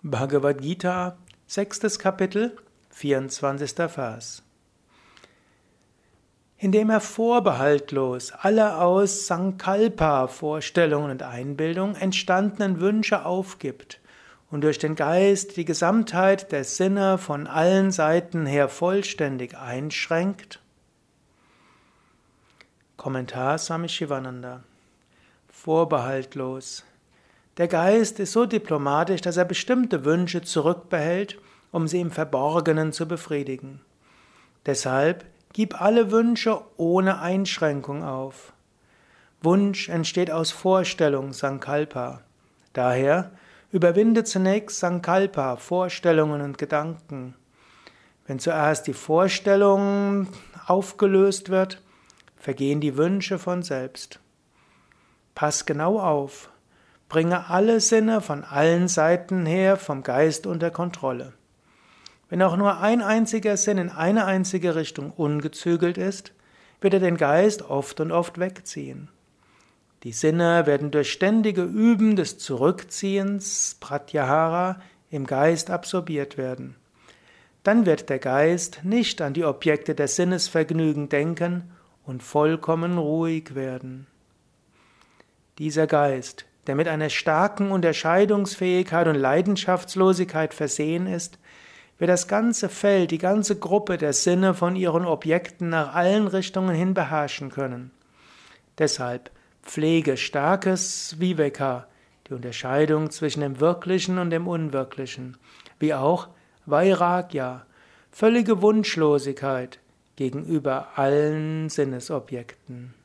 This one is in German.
Bhagavad Gita, 6. Kapitel, 24. Vers. Indem er vorbehaltlos alle aus Sankalpa, Vorstellungen und Einbildung entstandenen Wünsche aufgibt und durch den Geist die Gesamtheit der Sinne von allen Seiten her vollständig einschränkt. Kommentar Swami Shivananda. Vorbehaltlos. Der Geist ist so diplomatisch, dass er bestimmte Wünsche zurückbehält, um sie im Verborgenen zu befriedigen. Deshalb gib alle Wünsche ohne Einschränkung auf. Wunsch entsteht aus Vorstellung, Sankalpa. Daher überwinde zunächst Sankalpa, Vorstellungen und Gedanken. Wenn zuerst die Vorstellung aufgelöst wird, vergehen die Wünsche von selbst. Pass genau auf. Bringe alle Sinne von allen Seiten her vom Geist unter Kontrolle. Wenn auch nur ein einziger Sinn in eine einzige Richtung ungezügelt ist, wird er den Geist oft und oft wegziehen. Die Sinne werden durch ständige Üben des Zurückziehens, Pratyahara, im Geist absorbiert werden. Dann wird der Geist nicht an die Objekte des Sinnesvergnügen denken und vollkommen ruhig werden. Dieser Geist, der mit einer starken Unterscheidungsfähigkeit und Leidenschaftslosigkeit versehen ist, wird das ganze Feld, die ganze Gruppe der Sinne von ihren Objekten nach allen Richtungen hin beherrschen können. Deshalb pflege starkes Viveka, die Unterscheidung zwischen dem Wirklichen und dem Unwirklichen, wie auch Vairagya, völlige Wunschlosigkeit gegenüber allen Sinnesobjekten.